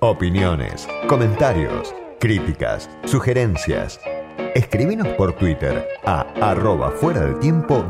Opiniones, comentarios, críticas, sugerencias. Escríbenos por Twitter a @fueradeltiempo_.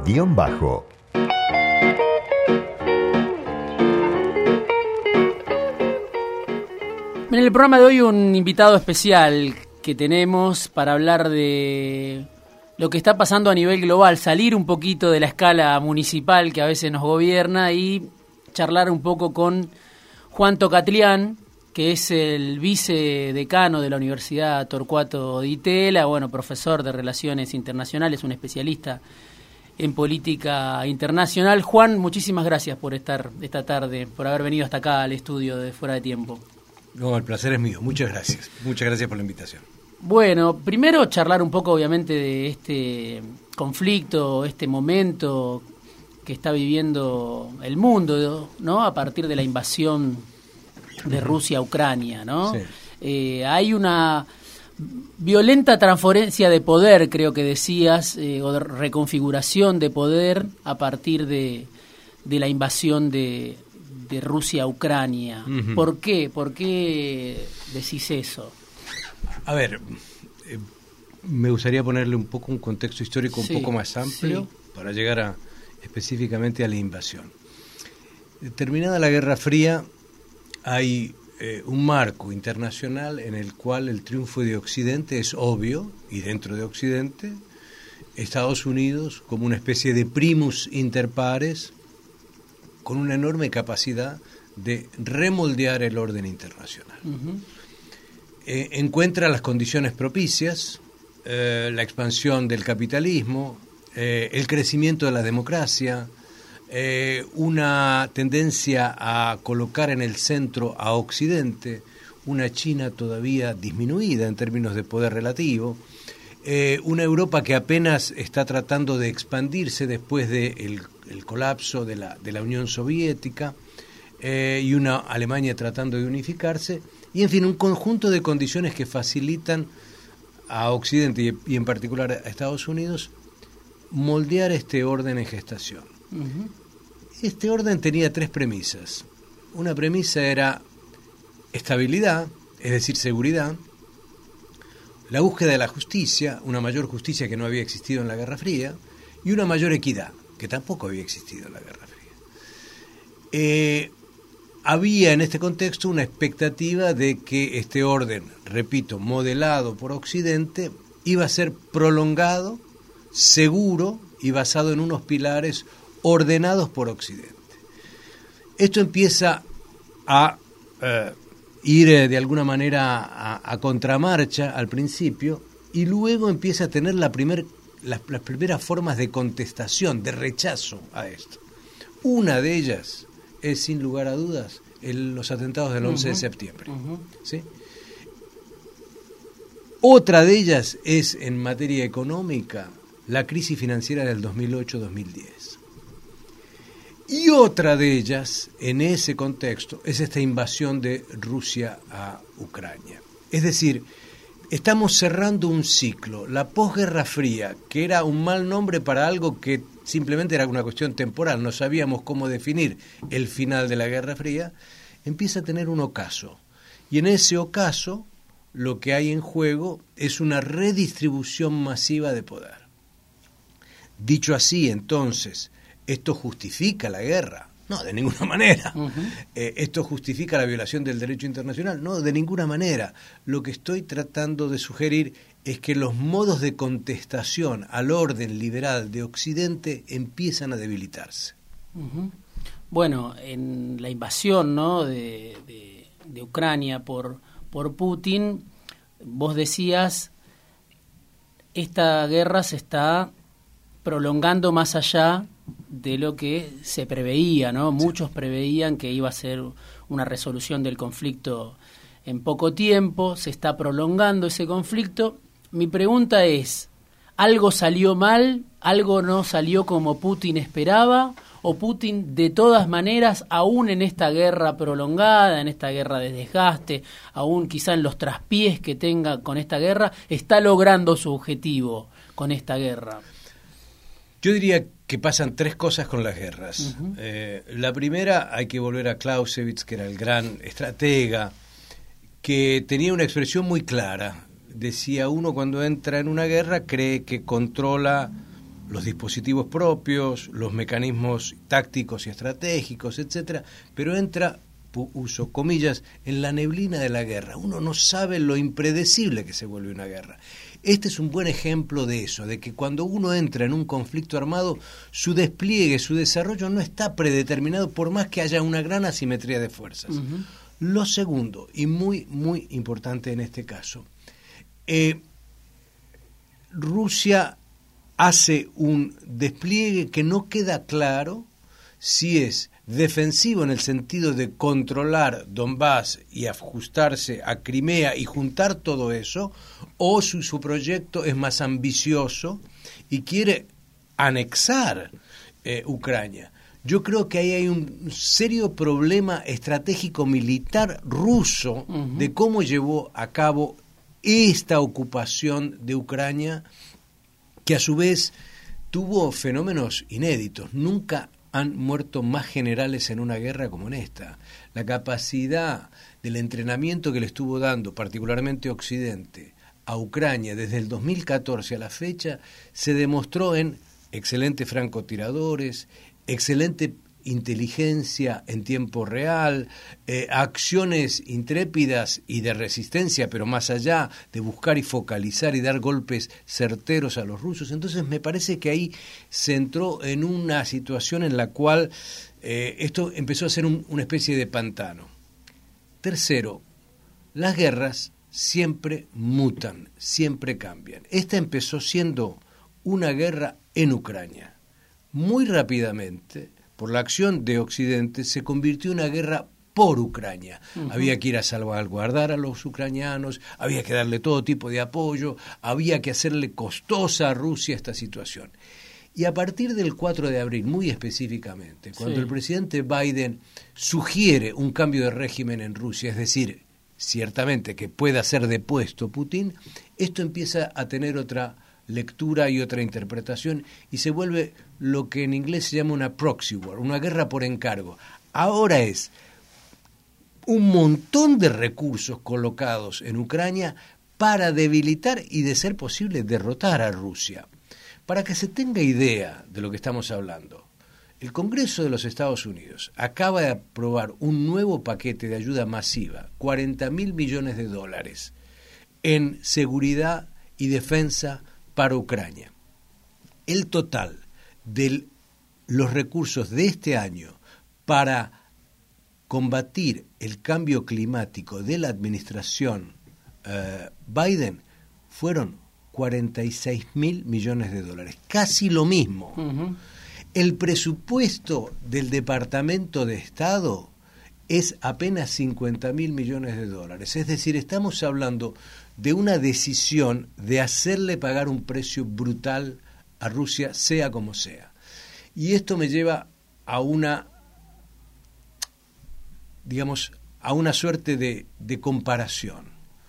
En el programa de hoy un invitado especial que tenemos para hablar de lo que está pasando a nivel global, salir un poquito de la escala municipal que a veces nos gobierna y charlar un poco con Juan Tocatlián, que es el vicedecano de la Universidad Torcuato Di Tella, profesor de Relaciones Internacionales, un especialista en política internacional. Juan, muchísimas gracias por estar esta tarde, por haber venido hasta acá al estudio de Fuera de Tiempo. No, el placer es mío. Muchas gracias. Muchas gracias por la invitación. Bueno, primero charlar un poco, obviamente, de este conflicto, este momento que está viviendo el mundo, ¿no? A partir de la invasión de Rusia a Ucrania, ¿no? Sí. Hay una violenta transferencia de poder, creo que decías, o de reconfiguración de poder a partir de la invasión de Rusia a Ucrania. Uh-huh. ¿Por qué? ¿Por qué decís eso? A ver, me gustaría ponerle un poco un contexto histórico un poco más amplio para llegar específicamente a la invasión. Terminada la Guerra Fría, hay un marco internacional en el cual el triunfo de Occidente es obvio, y dentro de Occidente, Estados Unidos como una especie de primus inter pares, con una enorme capacidad de remoldear el orden internacional. Uh-huh. Encuentra las condiciones propicias, la expansión del capitalismo, el crecimiento de la democracia, una tendencia a colocar en el centro a Occidente, una China todavía disminuida en términos de poder relativo, una Europa que apenas está tratando de expandirse después del colapso de la Unión Soviética, y una Alemania tratando de unificarse, y en fin, un conjunto de condiciones que facilitan a Occidente y en particular a Estados Unidos moldear este orden en gestación. Uh-huh. Este orden tenía tres premisas. Una premisa era estabilidad, es decir, seguridad, la búsqueda de la justicia, una mayor justicia que no había existido en la Guerra Fría, y una mayor equidad, que tampoco había existido en la Guerra Fría. Había en este contexto una expectativa de que este orden, repito, modelado por Occidente, iba a ser prolongado, seguro y basado en unos pilares ordenados por Occidente. Esto empieza a ir de alguna manera a contramarcha al principio, y luego empieza a tener las primeras formas de contestación, de rechazo a esto. Una de ellas es, sin lugar a dudas, los atentados del 11 de septiembre. Uh-huh. ¿Sí? Otra de ellas es, en materia económica, la crisis financiera del 2008-2010. Y otra de ellas, en ese contexto, es esta invasión de Rusia a Ucrania. Es decir, estamos cerrando un ciclo. La posguerra fría, que era un mal nombre para algo que simplemente era una cuestión temporal, no sabíamos cómo definir el final de la Guerra Fría, empieza a tener un ocaso. Y en ese ocaso, lo que hay en juego es una redistribución masiva de poder. Dicho así, entonces, ¿esto justifica la guerra? No, de ninguna manera. Uh-huh. ¿Esto justifica la violación del derecho internacional? No, de ninguna manera. Lo que estoy tratando de sugerir es que los modos de contestación al orden liberal de Occidente empiezan a debilitarse. Uh-huh. Bueno, en la invasión, ¿no?, de Ucrania por Putin, vos decías, esta guerra se está prolongando más allá de lo que se preveía, ¿no? Sí. Muchos preveían que iba a ser una resolución del conflicto en poco tiempo, se está prolongando ese conflicto. Mi pregunta es, ¿algo salió mal? ¿Algo no salió como Putin esperaba? ¿O Putin, de todas maneras, aún en esta guerra prolongada, en esta guerra de desgaste, aún quizá en los traspiés que tenga con esta guerra, está logrando su objetivo con esta guerra? Yo diría que pasan tres cosas con las guerras. Uh-huh. La primera, hay que volver a Clausewitz, que era el gran estratega, que tenía una expresión muy clara. Decía, uno cuando entra en una guerra cree que controla los dispositivos propios, los mecanismos tácticos y estratégicos, etcétera, pero entra, uso comillas, en la neblina de la guerra. Uno no sabe lo impredecible que se vuelve una guerra. Este es un buen ejemplo de eso, de que cuando uno entra en un conflicto armado, su despliegue, su desarrollo no está predeterminado por más que haya una gran asimetría de fuerzas. Uh-huh. Lo segundo, y muy, muy importante en este caso, Rusia hace un despliegue que no queda claro si es defensivo en el sentido de controlar Donbass y ajustarse a Crimea y juntar todo eso, o su proyecto es más ambicioso y quiere anexar Ucrania. Yo creo que ahí hay un serio problema estratégico militar ruso uh-huh. de cómo llevó a cabo esta ocupación de Ucrania, que a su vez tuvo fenómenos inéditos. Nunca han muerto más generales en una guerra como en esta. La capacidad del entrenamiento que le estuvo dando, particularmente Occidente, a Ucrania desde el 2014 a la fecha, se demostró en excelentes francotiradores, excelente inteligencia en tiempo real, acciones intrépidas y de resistencia, pero más allá de buscar y focalizar y dar golpes certeros a los rusos. Entonces me parece que ahí se entró en una situación en la cual esto empezó a ser una especie de pantano. Tercero, las guerras siempre mutan, siempre cambian. Esta empezó siendo una guerra en Ucrania. Muy rápidamente, por la acción de Occidente, se convirtió en una guerra por Ucrania. Uh-huh. Había que ir a salvaguardar a los ucranianos, había que darle todo tipo de apoyo, había que hacerle costosa a Rusia esta situación. Y a partir del 4 de abril, muy específicamente, cuando el presidente Biden sugiere un cambio de régimen en Rusia, es decir, ciertamente que pueda ser depuesto Putin, esto empieza a tener otra lectura y otra interpretación y se vuelve lo que en inglés se llama una proxy war, una guerra por encargo. Ahora es un montón de recursos colocados en Ucrania para debilitar y, de ser posible, derrotar a Rusia. Para que se tenga idea de lo que estamos hablando, el Congreso de los Estados Unidos acaba de aprobar un nuevo paquete de ayuda masiva, $40.000 millones, en seguridad y defensa para Ucrania. El total de los recursos de este año para combatir el cambio climático de la administración Biden fueron $46.000 millones, casi lo mismo. Uh-huh. El presupuesto del Departamento de Estado es apenas $50.000 millones, es decir, estamos hablando de una decisión de hacerle pagar un precio brutal a Rusia, sea como sea. Y esto me lleva a una, digamos, a una suerte de comparación.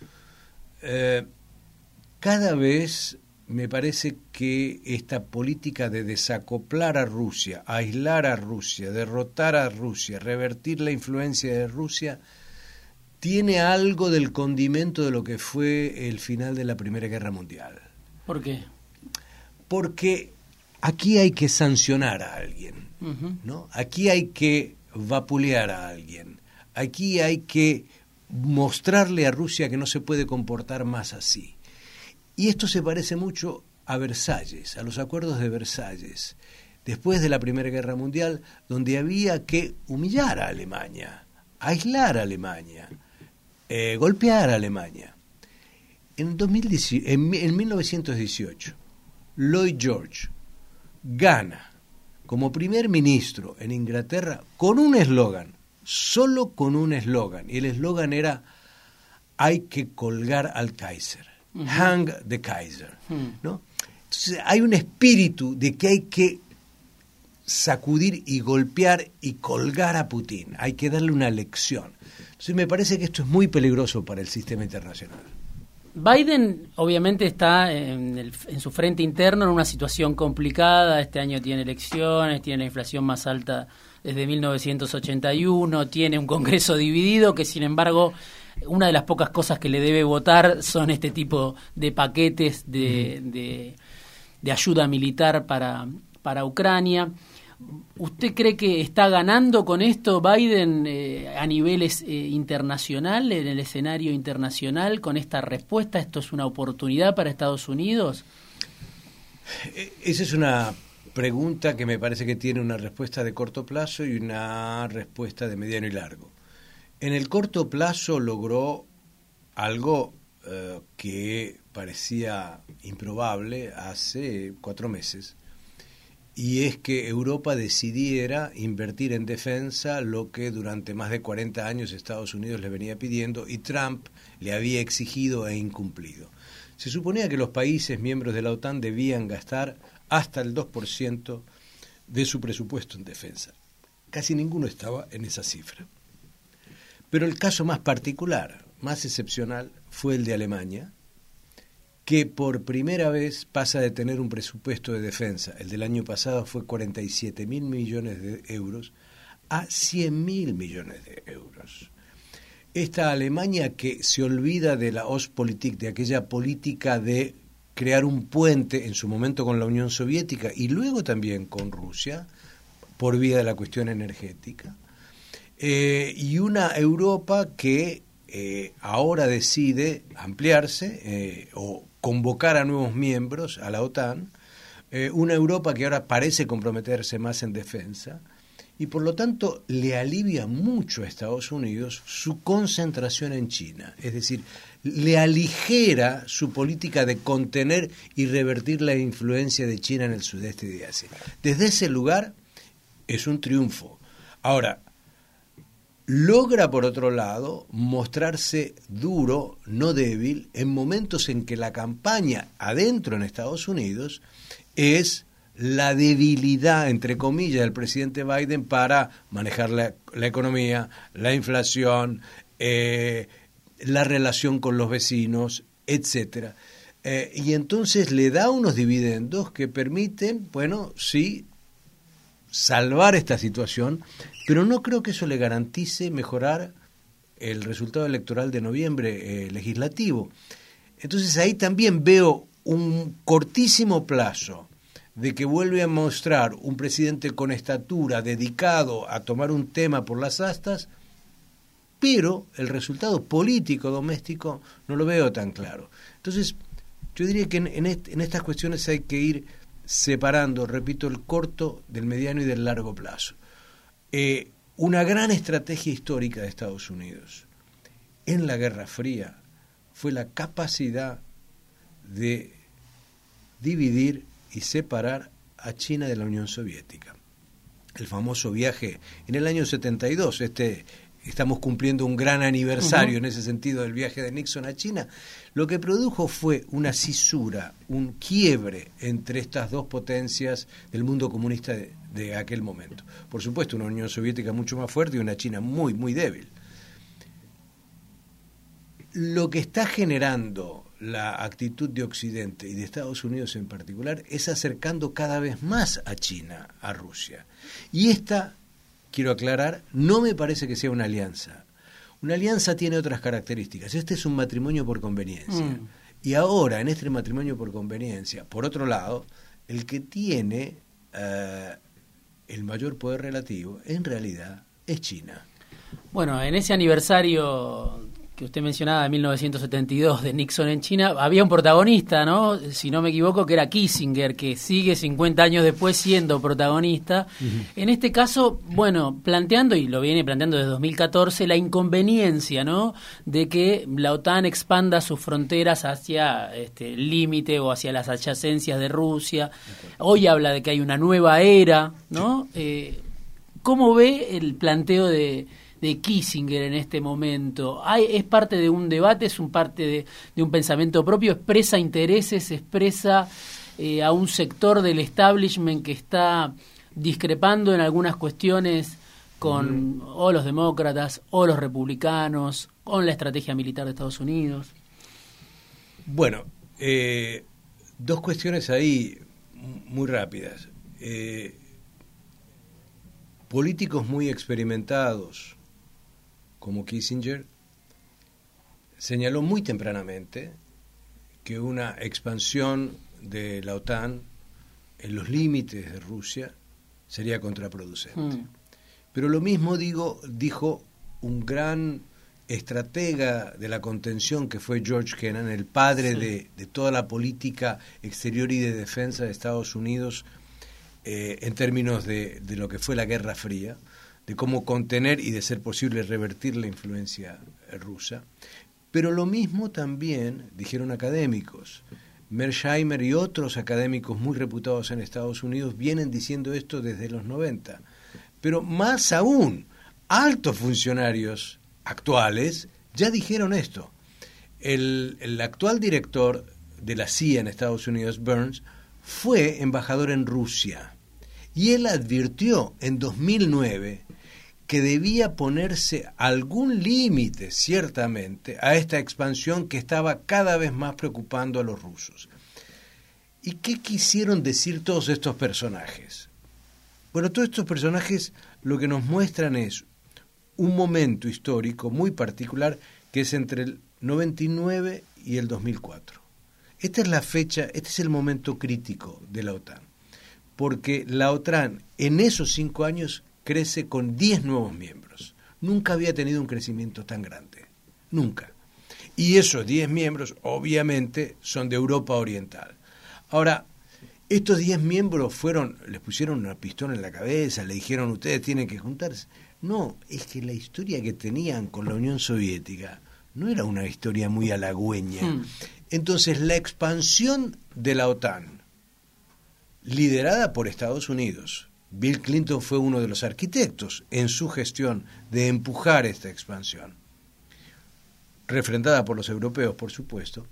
Cada vez me parece que esta política de desacoplar a Rusia, aislar a Rusia, derrotar a Rusia, revertir la influencia de Rusia, tiene algo del condimento de lo que fue el final de la Primera Guerra Mundial. ¿Por qué? Porque aquí hay que sancionar a alguien, uh-huh. ¿no? Aquí hay que vapulear a alguien. Aquí hay que mostrarle a Rusia que no se puede comportar más así. Y esto se parece mucho a Versalles, a los acuerdos de Versalles, después de la Primera Guerra Mundial, donde había que humillar a Alemania, aislar a Alemania, golpear a Alemania. En 1918, Lloyd George gana como primer ministro en Inglaterra con un eslogan, solo con un eslogan, y el eslogan era: hay que colgar al Kaiser, uh-huh. Hang the Kaiser, ¿no? Entonces hay un espíritu de que hay que sacudir y golpear y colgar a Putin, hay que darle una lección. Entonces me parece que esto es muy peligroso para el sistema internacional. Biden obviamente está en su frente interno en una situación complicada. Este año tiene elecciones, tiene la inflación más alta desde 1981, tiene un Congreso dividido que sin embargo una de las pocas cosas que le debe votar son este tipo de paquetes de ayuda militar para Ucrania. ¿Usted cree que está ganando con esto Biden a niveles internacional, en el escenario internacional, con esta respuesta? ¿Esto es una oportunidad para Estados Unidos? Esa es una pregunta que me parece que tiene una respuesta de corto plazo y una respuesta de mediano y largo. En el corto plazo logró algo que parecía improbable hace 4 meses, y es que Europa decidiera invertir en defensa lo que durante más de 40 años Estados Unidos le venía pidiendo y Trump le había exigido e incumplido. Se suponía que los países miembros de la OTAN debían gastar hasta el 2% de su presupuesto en defensa. Casi ninguno estaba en esa cifra. Pero el caso más particular, más excepcional, fue el de Alemania, que por primera vez pasa de tener un presupuesto de defensa, el del año pasado fue 47.000 millones de euros, a 100.000 millones de euros. Esta Alemania que se olvida de la Ostpolitik, de aquella política de crear un puente en su momento con la Unión Soviética y luego también con Rusia, por vía de la cuestión energética, y una Europa que ahora decide ampliarse o convocar a nuevos miembros a la OTAN, una Europa que ahora parece comprometerse más en defensa, y por lo tanto le alivia mucho a Estados Unidos su concentración en China, es decir, le aligera su política de contener y revertir la influencia de China en el sudeste de Asia. Desde ese lugar es un triunfo. Ahora, logra, por otro lado, mostrarse duro, no débil, en momentos en que la campaña adentro en Estados Unidos es la debilidad, entre comillas, del presidente Biden para manejar la economía, la inflación, la relación con los vecinos, etcétera. Y entonces le da unos dividendos que permiten, bueno, sí, salvar esta situación, pero no creo que eso le garantice mejorar el resultado electoral de noviembre legislativo. Entonces ahí también veo un cortísimo plazo de que vuelve a mostrar un presidente con estatura, dedicado a tomar un tema por las astas, pero el resultado político doméstico no lo veo tan claro. Entonces, yo diría que en estas cuestiones hay que ir separando, repito, el corto del mediano y del largo plazo. Una gran estrategia histórica de Estados Unidos en la Guerra Fría fue la capacidad de dividir y separar a China de la Unión Soviética. El famoso viaje en el año 72, estamos cumpliendo un gran aniversario en ese sentido del viaje de Nixon a China, lo que produjo fue una cisura, un quiebre entre estas dos potencias del mundo comunista de aquel momento. Por supuesto, una Unión Soviética mucho más fuerte y una China muy, muy débil. Lo que está generando la actitud de Occidente y de Estados Unidos en particular es acercando cada vez más a China, a Rusia. Y esta, quiero aclarar, no me parece que sea una alianza. Una alianza tiene otras características. Este es un matrimonio por conveniencia. Y ahora, en este matrimonio por conveniencia, por otro lado, el que tiene el mayor poder relativo, en realidad, es China. Bueno, en ese aniversario que usted mencionaba de 1972 de Nixon en China, había un protagonista, ¿no? Si no me equivoco, que era Kissinger, que sigue 50 años después siendo protagonista. En este caso, bueno, planteando, y lo viene planteando desde 2014, la inconveniencia, ¿no?, de que la OTAN expanda sus fronteras hacia el límite o hacia las adyacencias de Rusia. Hoy habla de que hay una nueva era, ¿no? ¿Cómo ve el planteo de Kissinger en este momento? ¿Es parte de un debate, es parte de un pensamiento propio? ¿Expresa intereses, expresa a un sector del establishment que está discrepando en algunas cuestiones con o los demócratas o los republicanos, con la estrategia militar de Estados Unidos? Bueno, dos cuestiones ahí muy rápidas. Políticos muy experimentados como Kissinger señaló muy tempranamente que una expansión de la OTAN en los límites de Rusia sería contraproducente. Pero lo mismo dijo un gran estratega de la contención que fue George Kennan, el padre de toda la política exterior y de defensa de Estados Unidos en términos de lo que fue la Guerra Fría, de cómo contener y de ser posible revertir la influencia rusa. Pero lo mismo también dijeron académicos. Mearsheimer y otros académicos muy reputados en Estados Unidos vienen diciendo esto desde los 90. Pero más aún, altos funcionarios actuales ya dijeron esto. El actual director de la CIA en Estados Unidos, Burns, fue embajador en Rusia. Y él advirtió en 2009 que debía ponerse algún límite, ciertamente, a esta expansión que estaba cada vez más preocupando a los rusos. ¿Y qué quisieron decir todos estos personajes? Bueno, todos estos personajes lo que nos muestran es un momento histórico muy particular que es entre el 99 y el 2004. Esta es la fecha, este es el momento crítico de la OTAN, porque la OTAN en esos 5 años crece con 10 nuevos miembros. Nunca había tenido un crecimiento tan grande, nunca. Y esos 10 miembros, obviamente, son de Europa Oriental. Ahora, estos 10 miembros les pusieron una pistola en la cabeza, le dijeron, ustedes tienen que juntarse. No, es que la historia que tenían con la Unión Soviética no era una historia muy halagüeña. Entonces, la expansión de la OTAN, liderada por Estados Unidos, Bill Clinton fue uno de los arquitectos en su gestión de empujar esta expansión, refrendada por los europeos, por supuesto,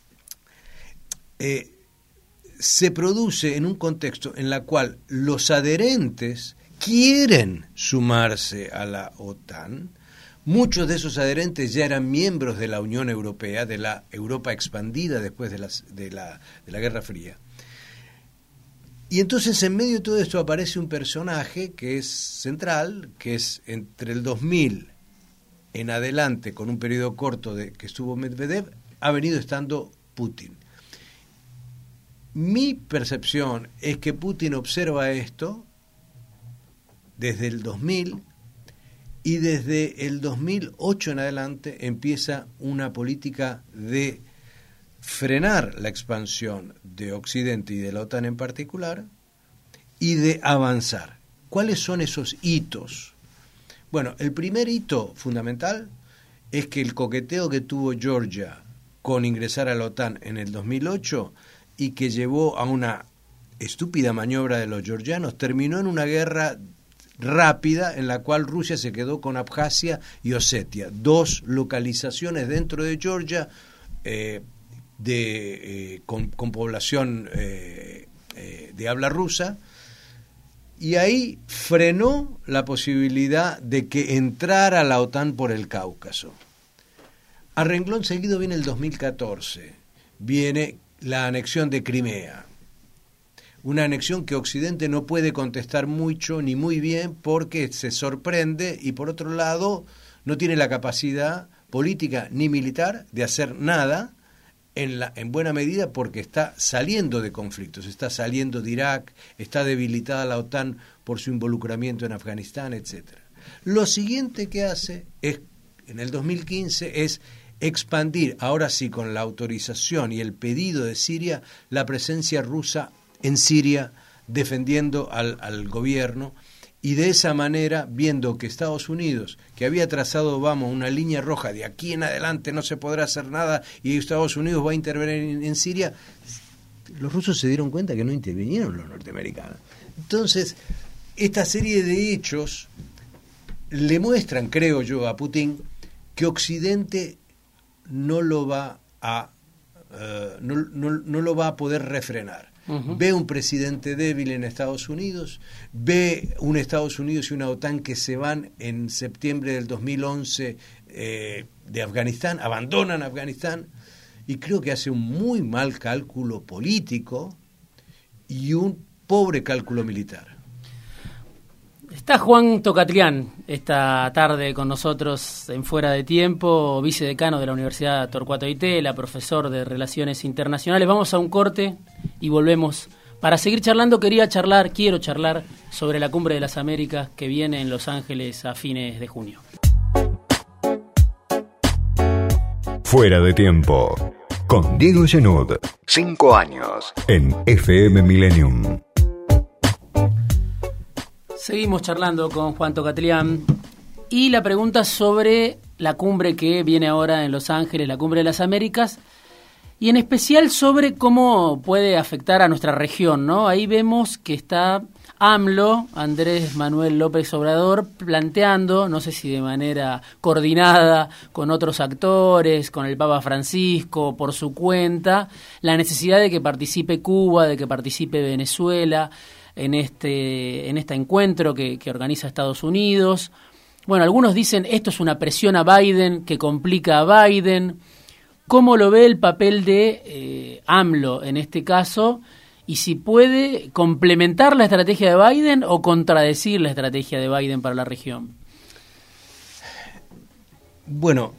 se produce en un contexto en el cual los adherentes quieren sumarse a la OTAN. Muchos de esos adherentes ya eran miembros de la Unión Europea, de la Europa expandida después de la Guerra Fría. Y entonces en medio de todo esto aparece un personaje que es central, que es entre el 2000 en adelante, con un periodo corto que estuvo Medvedev, ha venido estando Putin. Mi percepción es que Putin observa esto desde el 2000 y desde el 2008 en adelante empieza una política de frenar la expansión de Occidente y de la OTAN en particular y de avanzar. ¿Cuáles son esos hitos? Bueno, el primer hito fundamental es que el coqueteo que tuvo Georgia con ingresar a la OTAN en el 2008 y que llevó a una estúpida maniobra de los georgianos terminó en una guerra rápida en la cual Rusia se quedó con Abjasia y Osetia, 2 localizaciones dentro de Georgia con población de habla rusa, y ahí frenó la posibilidad de que entrara la OTAN por el Cáucaso. A renglón seguido viene el 2014, viene la anexión de Crimea, una anexión que Occidente no puede contestar mucho ni muy bien porque se sorprende y por otro lado no tiene la capacidad política ni militar de hacer nada en buena medida porque está saliendo de conflictos, está saliendo de Irak, está debilitada la OTAN por su involucramiento en Afganistán, etc. Lo siguiente que hace en el 2015 es expandir, ahora sí con la autorización y el pedido de Siria, la presencia rusa en Siria defendiendo al gobierno, y de esa manera, viendo que Estados Unidos, que había trazado Obama una línea roja, de aquí en adelante no se podrá hacer nada y Estados Unidos va a intervenir en Siria, los rusos se dieron cuenta que no intervinieron los norteamericanos. Entonces, esta serie de hechos le muestran, creo yo, a Putin que Occidente no lo va a poder refrenar. Ve un presidente débil en Estados Unidos, ve un Estados Unidos y una OTAN que se van en septiembre del 2011 de Afganistán, abandonan Afganistán, y creo que hace un muy mal cálculo político y un pobre cálculo militar. Está Juan Tocatrián esta tarde con nosotros en Fuera de Tiempo, vicedecano de la Universidad Torcuato Di Tella, profesor de Relaciones Internacionales. Vamos a un corte y volvemos para seguir charlando. Quiero charlar sobre la Cumbre de las Américas que viene en Los Ángeles a fines de junio. Fuera de Tiempo, con Diego Genud. 5 años en FM Millennium. Seguimos charlando con Juan Tocatrián y la pregunta sobre la cumbre que viene ahora en Los Ángeles, la Cumbre de las Américas, y en especial sobre cómo puede afectar a nuestra región, ¿no? Ahí vemos que está AMLO, Andrés Manuel López Obrador, planteando, no sé si de manera coordinada con otros actores, con el Papa Francisco, por su cuenta, la necesidad de que participe Cuba, de que participe Venezuela en este encuentro que organiza Estados Unidos. Bueno, algunos dicen esto es una presión a Biden que complica a Biden. ¿Cómo lo ve el papel de AMLO en este caso? Y si puede complementar la estrategia de Biden o contradecir la estrategia de Biden para la región. Bueno,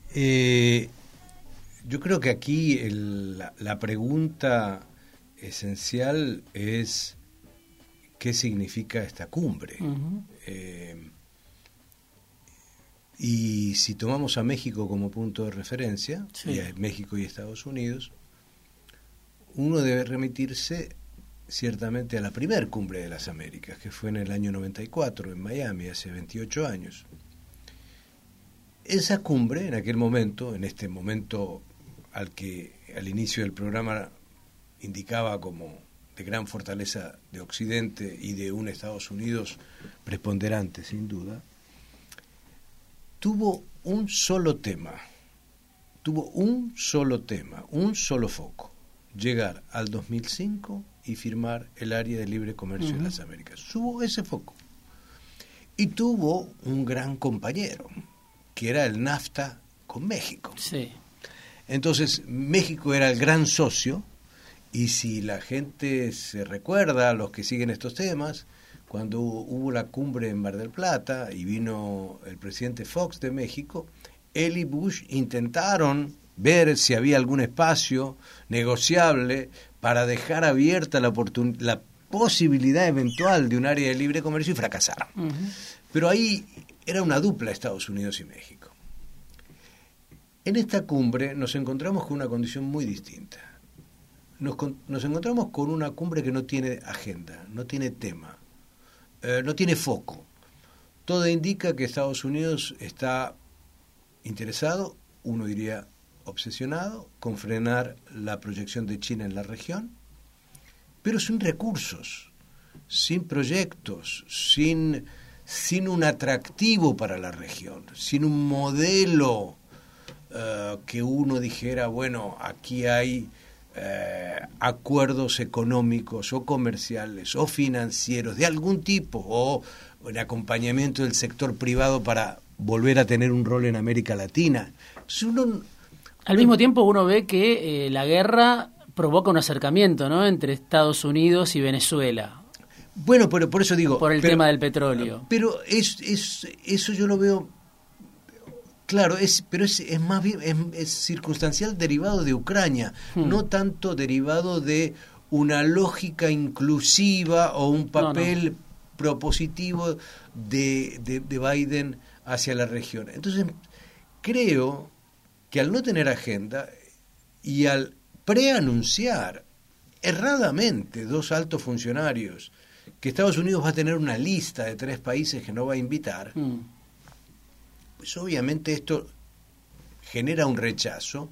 yo creo que aquí la pregunta esencial es ¿qué significa esta cumbre? Uh-huh. Y si tomamos a México como punto de referencia, sí, y a México y Estados Unidos, uno debe remitirse ciertamente a la primer cumbre de las Américas, que fue en el año 94 en Miami, hace 28 años. Esa cumbre, en aquel momento, en este momento al que al inicio del programa indicaba como de gran fortaleza de Occidente y de un Estados Unidos preponderante, sin duda, tuvo un solo tema, un solo foco: llegar al 2005 y firmar el Área de Libre Comercio de las Américas. Tuvo ese foco. Y tuvo un gran compañero, que era el NAFTA con México. Sí. Entonces, México era el gran socio. Y si la gente se recuerda, los que siguen estos temas, cuando hubo la cumbre en Mar del Plata y vino el presidente Fox de México, él y Bush intentaron ver si había algún espacio negociable para dejar abierta la posibilidad eventual de un área de libre comercio, y fracasaron. Uh-huh. Pero ahí era una dupla Estados Unidos y México. En esta cumbre nos encontramos con una condición muy distinta. Nos encontramos con una cumbre que no tiene agenda, no tiene tema, no tiene foco. Todo indica que Estados Unidos está interesado, uno diría obsesionado, con frenar la proyección de China en la región, pero sin recursos, sin proyectos, sin un atractivo para la región, sin un modelo que uno dijera, bueno, aquí hay acuerdos económicos o comerciales o financieros de algún tipo, o el acompañamiento del sector privado para volver a tener un rol en América Latina. Al mismo tiempo uno ve que la guerra provoca un acercamiento, ¿no?, entre Estados Unidos y Venezuela. Bueno, pero por eso digo... Por el tema del petróleo. Pero eso yo lo veo... Claro, pero es más bien es circunstancial, derivado de Ucrania, no tanto derivado de una lógica inclusiva o un papel propositivo de Biden hacia la región. Entonces, creo que al no tener agenda y al preanunciar erradamente dos altos funcionarios que Estados Unidos va a tener una lista de 3 países que no va a invitar, pues obviamente esto genera un rechazo,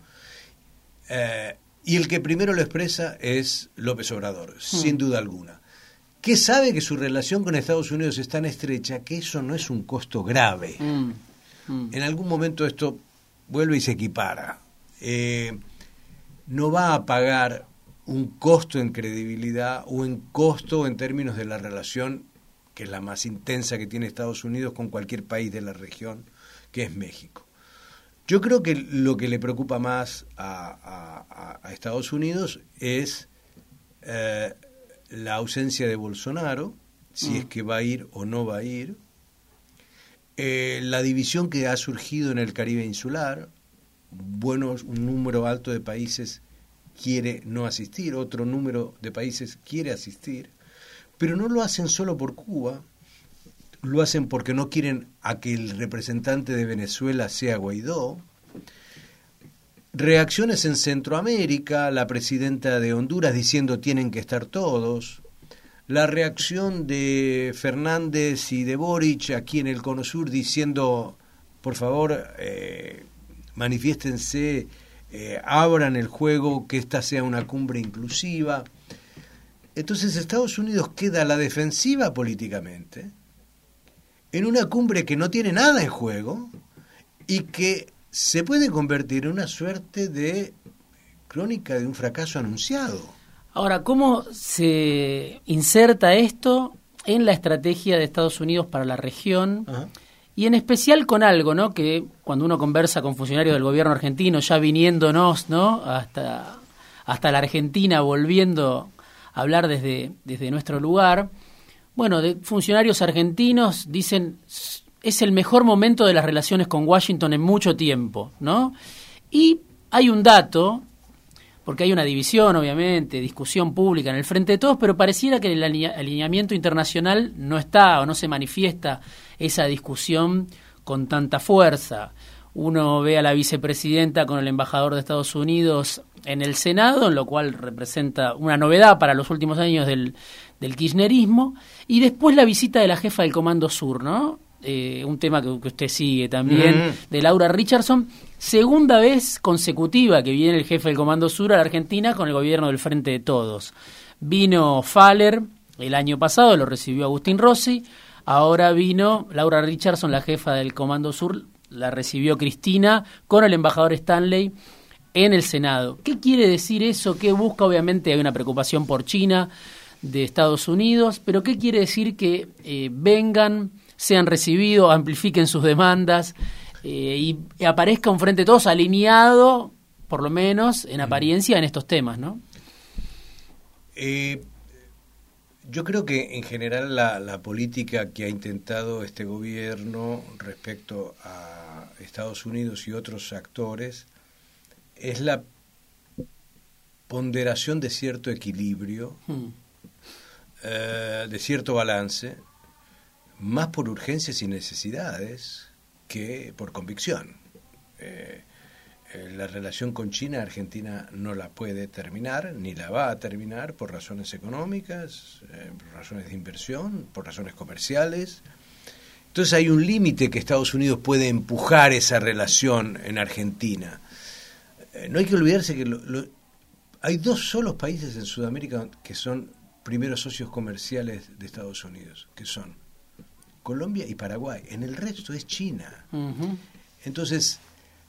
y el que primero lo expresa es López Obrador, sin duda alguna, que sabe que su relación con Estados Unidos es tan estrecha que eso no es un costo grave. En algún momento esto vuelve y se equipara. No va a pagar un costo en credibilidad o en costo en términos de la relación, que es la más intensa que tiene Estados Unidos con cualquier país de la región, que es México. Yo creo que lo que le preocupa más a Estados Unidos es la ausencia de Bolsonaro, si es que va a ir o no va a ir. La división que ha surgido en el Caribe insular, un número alto de países quiere no asistir, otro número de países quiere asistir, pero no lo hacen solo por Cuba, lo hacen porque no quieren a que el representante de Venezuela sea Guaidó. Reacciones en Centroamérica, la presidenta de Honduras diciendo tienen que estar todos, la reacción de Fernández y de Boric aquí en el Cono Sur diciendo por favor manifiéstense, abran el juego, que esta sea una cumbre inclusiva. Entonces Estados Unidos queda a la defensiva políticamente en una cumbre que no tiene nada en juego y que se puede convertir en una suerte de crónica de un fracaso anunciado. Ahora, ¿cómo se inserta esto en la estrategia de Estados Unidos para la región? Ajá. Y en especial con algo, ¿no? Que cuando uno conversa con funcionarios del gobierno argentino, ya viniéndonos, ¿no? hasta la Argentina, volviendo a hablar desde nuestro lugar, bueno, de funcionarios argentinos dicen es el mejor momento de las relaciones con Washington en mucho tiempo, ¿no? Y hay un dato, porque hay una división, obviamente, discusión pública en el frente de todos, pero pareciera que en el alineamiento internacional no está o no se manifiesta esa discusión con tanta fuerza. Uno ve a la vicepresidenta con el embajador de Estados Unidos en el Senado, en lo cual representa una novedad para los últimos años del kirchnerismo, y después la visita de la jefa del Comando Sur, ¿no? Un tema que usted sigue también, de Laura Richardson, segunda vez consecutiva que viene el jefe del Comando Sur a la Argentina con el gobierno del Frente de Todos. Vino Faller el año pasado, lo recibió Agustín Rossi, ahora vino Laura Richardson, la jefa del Comando Sur, la recibió Cristina con el embajador Stanley en el Senado. ¿Qué quiere decir eso? ¿Qué busca? Obviamente hay una preocupación por China de Estados Unidos, pero ¿qué quiere decir que vengan, sean recibidos, amplifiquen sus demandas y aparezca un Frente de Todos alineado, por lo menos en apariencia, en estos temas, ¿no? Yo creo que en general la política que ha intentado este gobierno respecto a Estados Unidos y otros actores es la ponderación de cierto equilibrio, de cierto balance, más por urgencias y necesidades que por convicción. La relación con China, Argentina no la puede terminar, ni la va a terminar por razones económicas, por razones de inversión, por razones comerciales. Entonces hay un límite que Estados Unidos puede empujar esa relación en Argentina. No hay que olvidarse que hay dos solos países en Sudamérica que son primeros socios comerciales de Estados Unidos, que son Colombia y Paraguay. En el resto es China. Uh-huh. Entonces,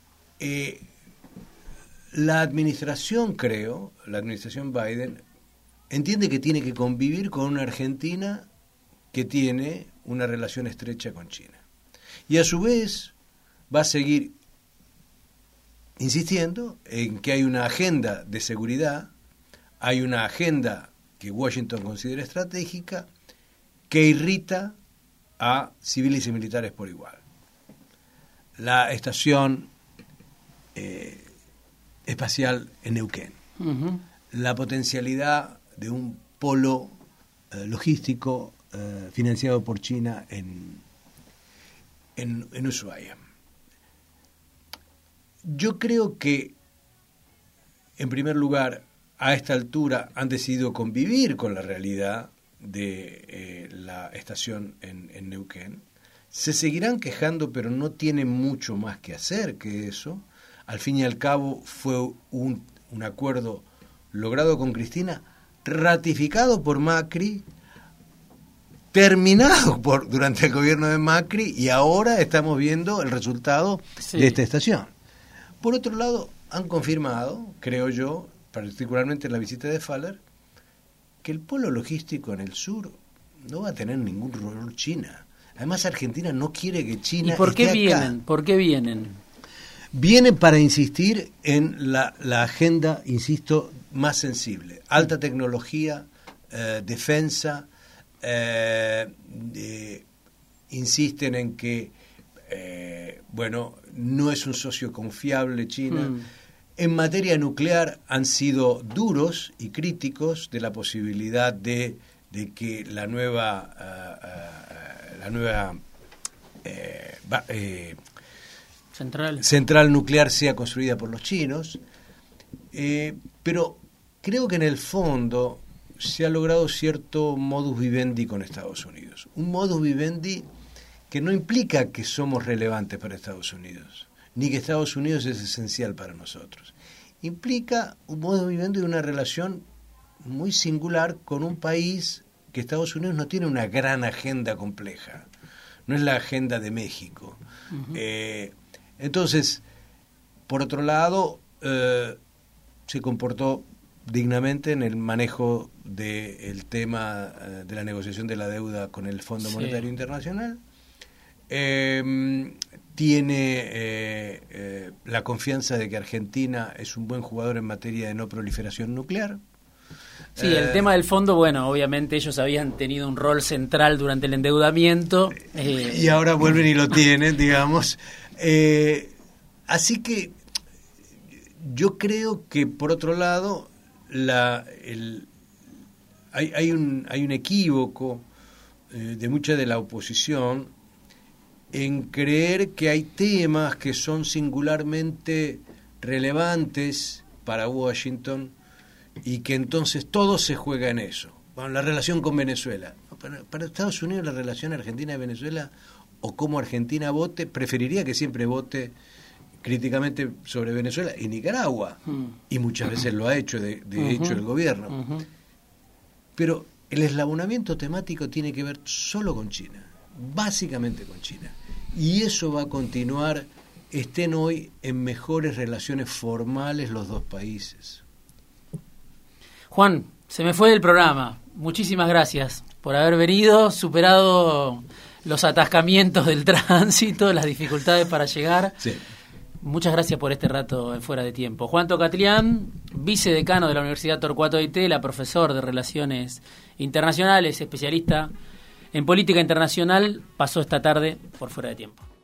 la administración Biden entiende que tiene que convivir con una Argentina que tiene una relación estrecha con China. Y a su vez va a seguir insistiendo en que hay una agenda de seguridad, hay una agenda que Washington considera estratégica, que irrita a civiles y militares por igual. La estación espacial en Neuquén, uh-huh. La potencialidad de un polo logístico financiado por China en Ushuaia. Yo creo que, en primer lugar, a esta altura han decidido convivir con la realidad de la estación en Neuquén. Se seguirán quejando, pero no tienen mucho más que hacer que eso. Al fin y al cabo fue un acuerdo logrado con Cristina, ratificado por Macri, terminado durante el gobierno de Macri, y ahora estamos viendo el resultado de esta estación. Por otro lado, han confirmado, creo yo, particularmente en la visita de Faller, que el polo logístico en el sur no va a tener ningún rol China. Además, Argentina no quiere que China ¿Y por qué esté vienen? acá. ¿Por qué vienen? Vienen para insistir en la agenda, insisto, más sensible. Alta tecnología, defensa, insisten en que, no es un socio confiable China. En materia nuclear han sido duros y críticos de la posibilidad de que la nueva central nuclear sea construida por los chinos, pero creo que en el fondo se ha logrado cierto modus vivendi con Estados Unidos. Un modus vivendi que no implica que somos relevantes para Estados Unidos, ni que Estados Unidos es esencial para nosotros. Implica un modus vivendi de una relación muy singular con un país que Estados Unidos no tiene una gran agenda compleja. No es la agenda de México. Uh-huh. Entonces, por otro lado, se comportó dignamente en el manejo del tema de la negociación de la deuda con el Fondo Monetario Internacional. Tiene la confianza de que Argentina es un buen jugador en materia de no proliferación nuclear. Sí, el tema del fondo, bueno, obviamente ellos habían tenido un rol central durante el endeudamiento. Y ahora vuelven y lo tienen, digamos. Así que yo creo que, por otro lado, hay un equívoco de mucha de la oposición en creer que hay temas que son singularmente relevantes para Washington y que entonces todo se juega en eso. Bueno, la relación con Venezuela. Para Estados Unidos la relación Argentina-Venezuela, o cómo Argentina vote, preferiría que siempre vote críticamente sobre Venezuela y Nicaragua, y muchas veces lo ha hecho de hecho el gobierno. Pero el eslabonamiento temático tiene que ver solo con China, básicamente con China, y eso va a continuar, estén hoy en mejores relaciones formales los dos países. Juan, se me fue del programa. Muchísimas gracias por haber venido, superado los atascamientos del tránsito, las dificultades para llegar. Sí. Muchas gracias por este rato en Fuera de Tiempo. Juan Tocatlián, vicedecano de la Universidad Torcuato Di profesor de Relaciones Internacionales, especialista en política internacional, pasó esta tarde por Fuera de Tiempo.